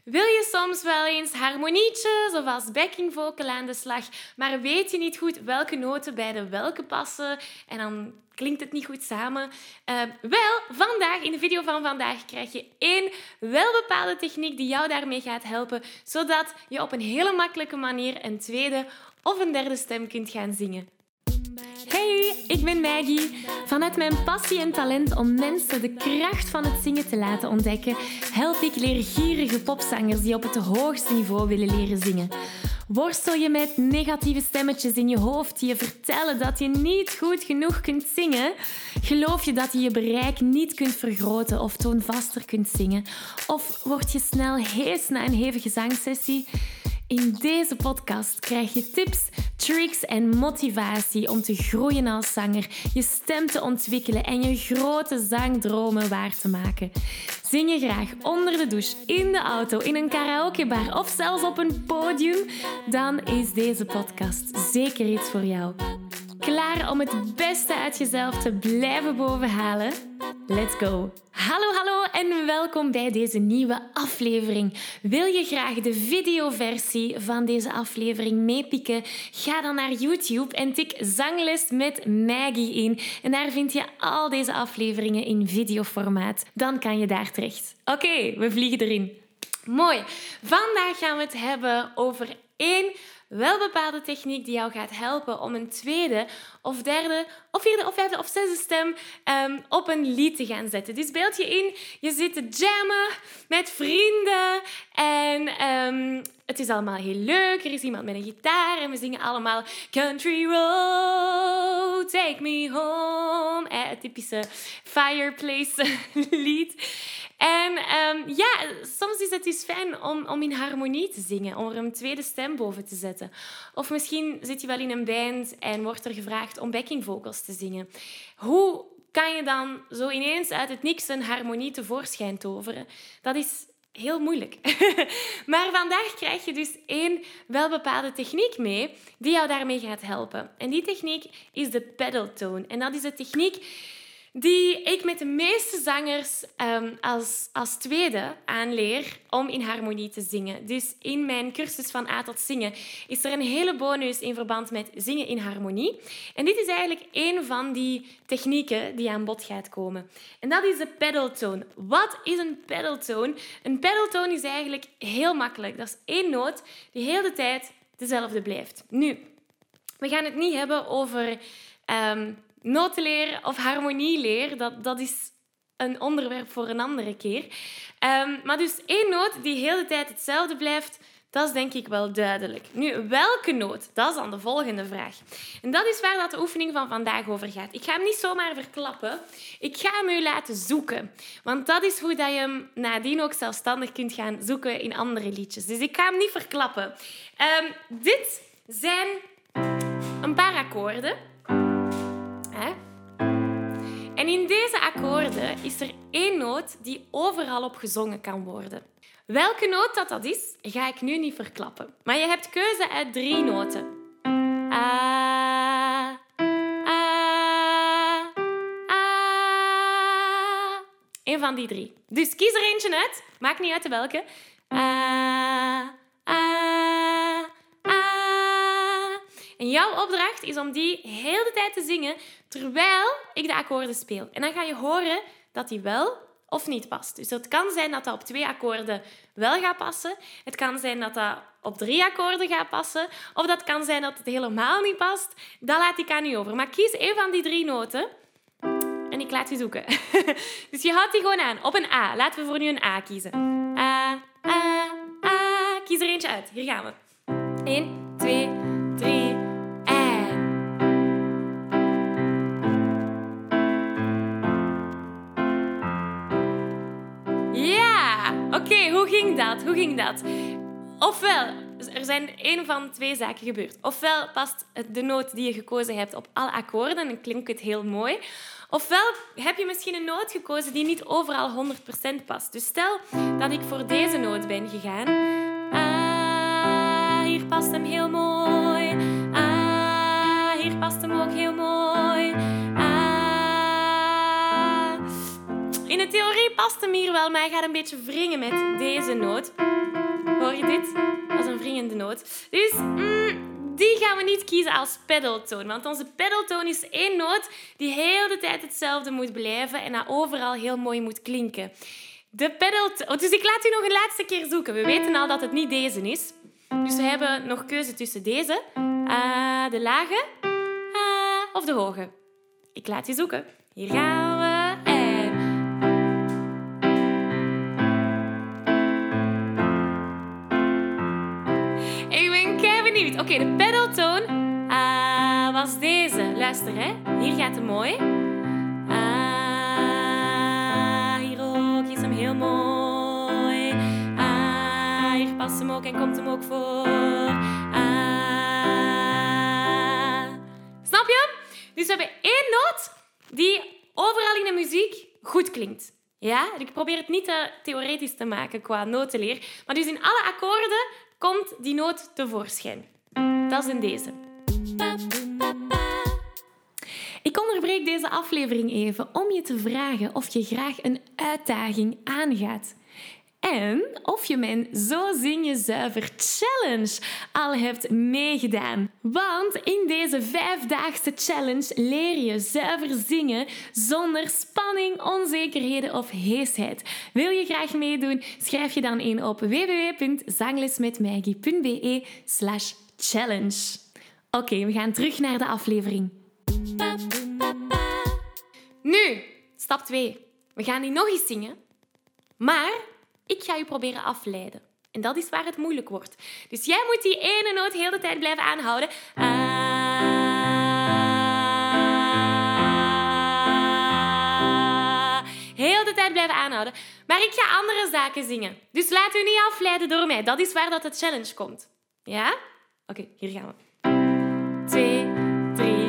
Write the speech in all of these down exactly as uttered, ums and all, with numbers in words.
Wil je soms wel eens harmonietjes of als backing vocal aan de slag, maar weet je niet goed welke noten bij de welke passen en dan klinkt het niet goed samen? Uh, wel, vandaag, in de video van vandaag krijg je één welbepaalde techniek die jou daarmee gaat helpen, zodat je op een hele makkelijke manier een tweede of een derde stem kunt gaan zingen. Hey, ik ben Maggie. Vanuit mijn passie en talent om mensen de kracht van het zingen te laten ontdekken, help ik leergierige popzangers die op het hoogste niveau willen leren zingen. Worstel je met negatieve stemmetjes in je hoofd die je vertellen dat je niet goed genoeg kunt zingen? Geloof je dat je je bereik niet kunt vergroten of toonvaster kunt zingen? Of word je snel hees na een hevige zangsessie? In deze podcast krijg je tips, tricks en motivatie om te groeien als zanger, je stem te ontwikkelen en je grote zangdromen waar te maken. Zing je graag onder de douche, in de auto, in een karaokebar of zelfs op een podium? Dan is deze podcast zeker iets voor jou. Klaar om het beste uit jezelf te blijven bovenhalen? Let's go! Hallo, hallo en welkom bij deze nieuwe aflevering. Wil je graag de videoversie van deze aflevering meepikken? Ga dan naar YouTube en tik Zangles met Maggie in. En daar vind je al deze afleveringen in videoformaat. Dan kan je daar terecht. Oké, okay, we vliegen erin. Mooi. Vandaag gaan we het hebben over één welbepaalde techniek die jou gaat helpen om een tweede of derde of vierde of vijfde of zesde stem um, op een lied te gaan zetten. Dus beeld je in, je zit te jammen met vrienden en um, het is allemaal heel leuk. Er is iemand met een gitaar en we zingen allemaal Country Road, Take Me Home. Eh, het typische fireplace lied. En um, ja, soms is het dus fijn om, om in harmonie te zingen, om er een tweede stem boven te zetten. Of misschien zit je wel in een band en wordt er gevraagd om backing vocals te zingen. Hoe kan je dan zo ineens uit het niks een harmonie tevoorschijn toveren? Dat is heel moeilijk. Maar vandaag krijg je dus één welbepaalde techniek mee die jou daarmee gaat helpen. En die techniek is de pedal tone. En dat is de techniek die ik met de meeste zangers um, als, als tweede aanleer om in harmonie te zingen. Dus in mijn cursus van A tot Zingen is er een hele bonus in verband met zingen in harmonie. En dit is eigenlijk één van die technieken die aan bod gaat komen. En dat is de pedal tone. Wat is een pedal tone? Een pedal tone is eigenlijk heel makkelijk. Dat is één noot die heel de tijd dezelfde blijft. Nu, we gaan het niet hebben over Um, notenleer of harmonieleer, dat, dat is een onderwerp voor een andere keer. Um, maar dus één noot die heel de tijd hetzelfde blijft, dat is denk ik wel duidelijk. Nu, welke noot? Dat is dan de volgende vraag. En dat is waar dat de oefening van vandaag over gaat. Ik ga hem niet zomaar verklappen. Ik ga hem u laten zoeken. Want dat is hoe dat je hem nadien ook zelfstandig kunt gaan zoeken in andere liedjes. Dus ik ga hem niet verklappen. Um, dit zijn een paar akkoorden. En in deze akkoorden is er één noot die overal op gezongen kan worden. Welke noot dat, dat is, ga ik nu niet verklappen. Maar je hebt keuze uit drie noten. A, A, A. Eén van die drie. Dus kies er eentje uit. Maakt niet uit welke. A, A, A. En jouw opdracht is om die heel de tijd te zingen terwijl ik de akkoorden speel. En dan ga je horen dat die wel of niet past. Dus het kan zijn dat dat op twee akkoorden wel gaat passen. Het kan zijn dat dat op drie akkoorden gaat passen. Of dat kan zijn dat het helemaal niet past. Dat laat ik aan u over. Maar kies één van die drie noten en ik laat je zoeken. Dus je houdt die gewoon aan. Op een A. Laten we voor nu een A kiezen. A, A, A. Kies er eentje uit. Hier gaan we. Eén, twee, drie. Oké, okay, hoe ging dat? Hoe ging dat? Ofwel, er zijn één van twee zaken gebeurd. Ofwel past de noot die je gekozen hebt op alle akkoorden en dan klinkt het heel mooi. Ofwel heb je misschien een noot gekozen die niet overal honderd procent past. Dus stel dat ik voor deze noot ben gegaan. Ah, hier past hem heel mooi. Ah, hier past hem ook heel mooi. Ah. In de theorie past hem hier wel, maar hij gaat een beetje wringen met deze noot. je dit? Dat is een wringende noot. Dus mm, die gaan we niet kiezen als pedaltoon. Want onze pedaltoon is één noot die heel de tijd hetzelfde moet blijven en dat overal heel mooi moet klinken. De pedaltoon... Dus ik laat u nog een laatste keer zoeken. We weten al dat het niet deze is. Dus we hebben nog keuze tussen deze, uh, de lage uh, of de hoge. Ik laat je zoeken. Hier gaan we. En... Ik ben kei benieuwd. Oké, okay, de pedaltoon uh, was deze. Luister, hè. Hier gaat het mooi. Uh, hier ook is hem heel mooi. Uh, hier past hem ook en komt hem ook voor. Uh, snap je? Dus we hebben één noot die overal in de muziek goed klinkt. Ja? Ik probeer het niet te theoretisch te maken qua notenleer. Maar dus in alle akkoorden komt die noot tevoorschijn. Dat is in deze. Ik onderbreek deze aflevering even om je te vragen of je graag een uitdaging aangaat. En of je mijn Zo Zing Je Zuiver Challenge al hebt meegedaan. Want in deze vijfdaagse challenge leer je zuiver zingen zonder spanning, onzekerheden of heesheid. Wil je graag meedoen? Schrijf je dan in op w w w punt zanglesmetmaggie punt b e slash challenge. Oké, okay, we gaan terug naar de aflevering. Nu, stap twee. We gaan die nog eens zingen, maar... ik ga je proberen afleiden. En dat is waar het moeilijk wordt. Dus jij moet die ene noot heel de tijd blijven aanhouden. Ah, heel de tijd blijven aanhouden. Maar ik ga andere zaken zingen. Dus laat u niet afleiden door mij. Dat is waar dat de challenge komt. Ja? Oké, okay, hier gaan we. Twee, drie...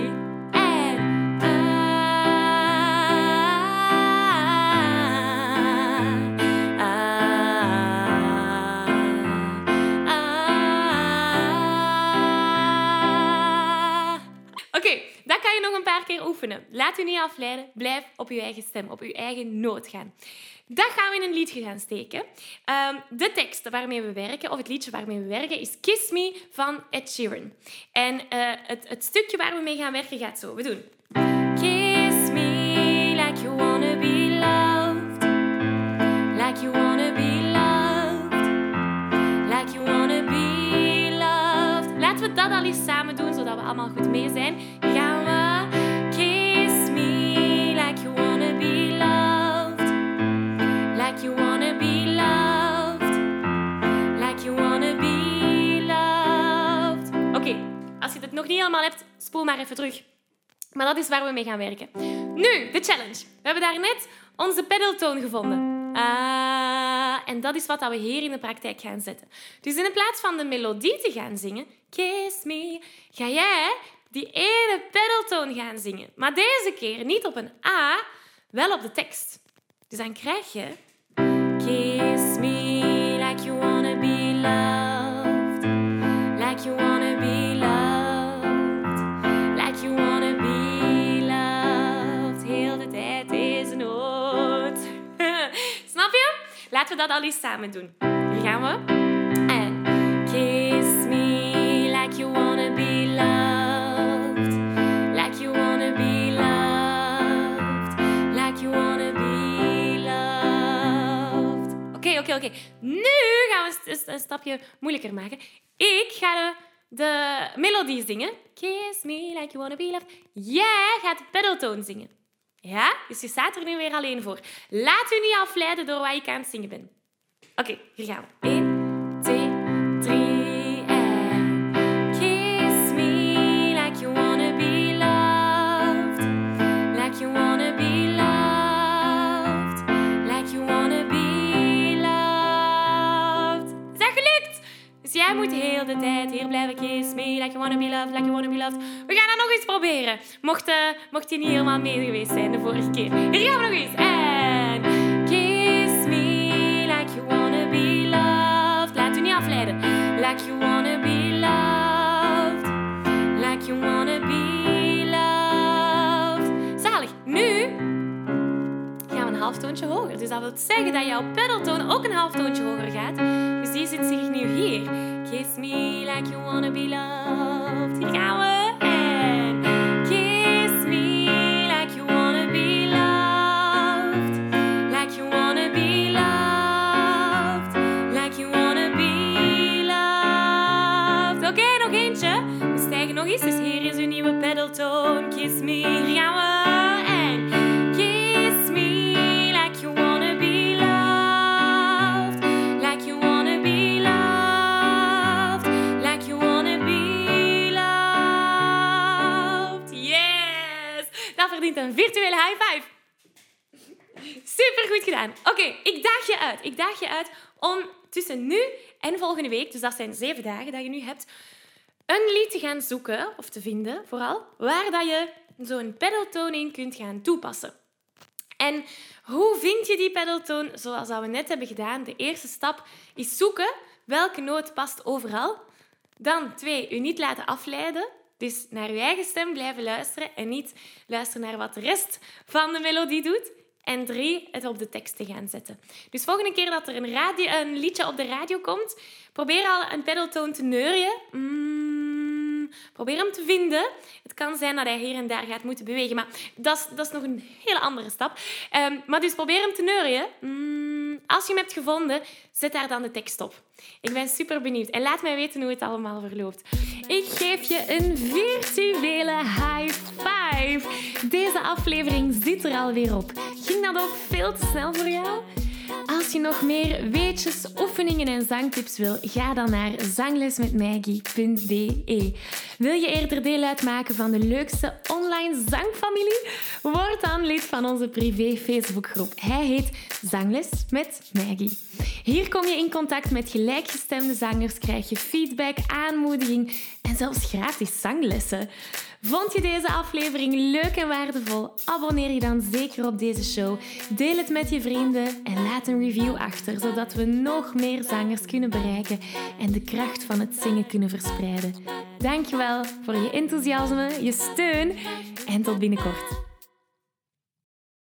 Oké, okay, dat kan je nog een paar keer oefenen. Laat u niet afleiden. Blijf op uw eigen stem, op uw eigen noot gaan. Dat gaan we in een liedje gaan steken. Um, de tekst waarmee we werken, of het liedje waarmee we werken, is Kiss Me van Ed Sheeran. En uh, het, het stukje waar we mee gaan werken gaat zo. We doen... Kiss me like you wanna be loved. Like you wanna be loved. Like you wanna be loved. Laten we dat al eens samen doen, zodat we allemaal goed mee zijn. Gaan we... Kiss me like you wanna be loved. Like you wanna be loved. Like you wanna be loved. Oké, okay, als je het nog niet helemaal hebt, spoel maar even terug. Maar dat is waar we mee gaan werken. Nu, de challenge. We hebben daarnet onze pedaltoon gevonden. Ah, en dat is wat we hier in de praktijk gaan zetten. Dus in plaats van de melodie te gaan zingen, Kiss me, ga jij die ene pedaltoon gaan zingen. Maar deze keer niet op een A, wel op de tekst. Dus dan krijg je... Kiss me like you wanna be loved. Like you wanna be loved. Like you wanna be loved. Heel de tijd deze noot. Snap je? Laten we dat al eens samen doen. Hier gaan we. En kiss me like you wanna be loved. Like you wanna be loved. Like you wanna be loved. Oké, okay, oké, okay, oké. Okay. Nu gaan we een stapje moeilijker maken. Ik ga de, de melodie zingen. Kiss me like you wanna be loved. Jij gaat de pedaltoon zingen. Ja? Dus je staat er nu weer alleen voor. Laat u niet afleiden door wat ik aan het zingen ben. Oké, okay, hier gaan we. één, twee, drie en... Kiss me like you wanna be loved. Like you wanna be loved. Like you wanna be loved. Is dat gelukt? Dus jij moet heel de tijd hier blijven. Kiss me like you wanna be loved. Like you wanna be loved. We gaan dat nog eens proberen. Mocht, uh, mocht je niet helemaal mee geweest zijn de vorige keer. Hier gaan we nog eens. En... Kiss me like you wanna be loved. Laat u niet afleiden. Like you wanna be loved. Like you wanna be loved. Zalig. Nu gaan we een halftoontje hoger. Dus dat wil zeggen dat jouw pedaltoon ook een halftoontje hoger gaat. Dus die zit zich nu hier. Kiss me like you wanna be loved. Hier gaan we. En kiss me like you wanna be loved. Like you wanna be loved. Like you wanna be loved. Oké, okay, nog eentje. We stijgen nog eens, dus hier is een nieuwe pedaltoon. Kiss me, hier gaan we. En kiss me like you wanna be loved. Like you wanna be loved. Like you wanna be loved. Yes! Dat verdient een virtuele high five. Super goed gedaan. Oké, okay, ik daag je uit. Ik daag je uit om tussen nu en volgende week, dus dat zijn zeven dagen dat je nu hebt, een lied te gaan zoeken, of te vinden vooral, waar dat je zo'n pedaltoon in kunt gaan toepassen. En hoe vind je die pedaltoon? Zoals dat we net hebben gedaan. De eerste stap is zoeken welke noot past overal. Dan twee, je niet laten afleiden. Dus naar je eigen stem blijven luisteren en niet luisteren naar wat de rest van de melodie doet. En drie, het op de tekst te gaan zetten. Dus volgende keer dat er een, radio, een liedje op de radio komt, probeer al een pedaltoon te neurien. Mm, probeer hem te vinden. Het kan zijn dat hij hier en daar gaat moeten bewegen, maar dat is, dat is nog een hele andere stap. Um, maar dus probeer hem te neurien. Mm, als je hem hebt gevonden, zet daar dan de tekst op. Ik ben super benieuwd. En laat mij weten hoe het allemaal verloopt. Ik geef je een virtuele high five. Deze aflevering zit er alweer op. Ging dat ook veel te snel voor jou? Als je nog meer weetjes, oefeningen en zangtips wil, ga dan naar zanglesmetmaggie punt b e. Wil je eerder deel uitmaken van de leukste online zangfamilie? Word dan lid van onze privé Facebookgroep. Hij heet Zangles met Maggie. Hier kom je in contact met gelijkgestemde zangers, krijg je feedback, aanmoediging en zelfs gratis zanglessen. Vond je deze aflevering leuk en waardevol? Abonneer je dan zeker op deze show. Deel het met je vrienden en laat een review achter, zodat we nog meer zangers kunnen bereiken en de kracht van het zingen kunnen verspreiden. Dankjewel voor je enthousiasme, je steun en tot binnenkort.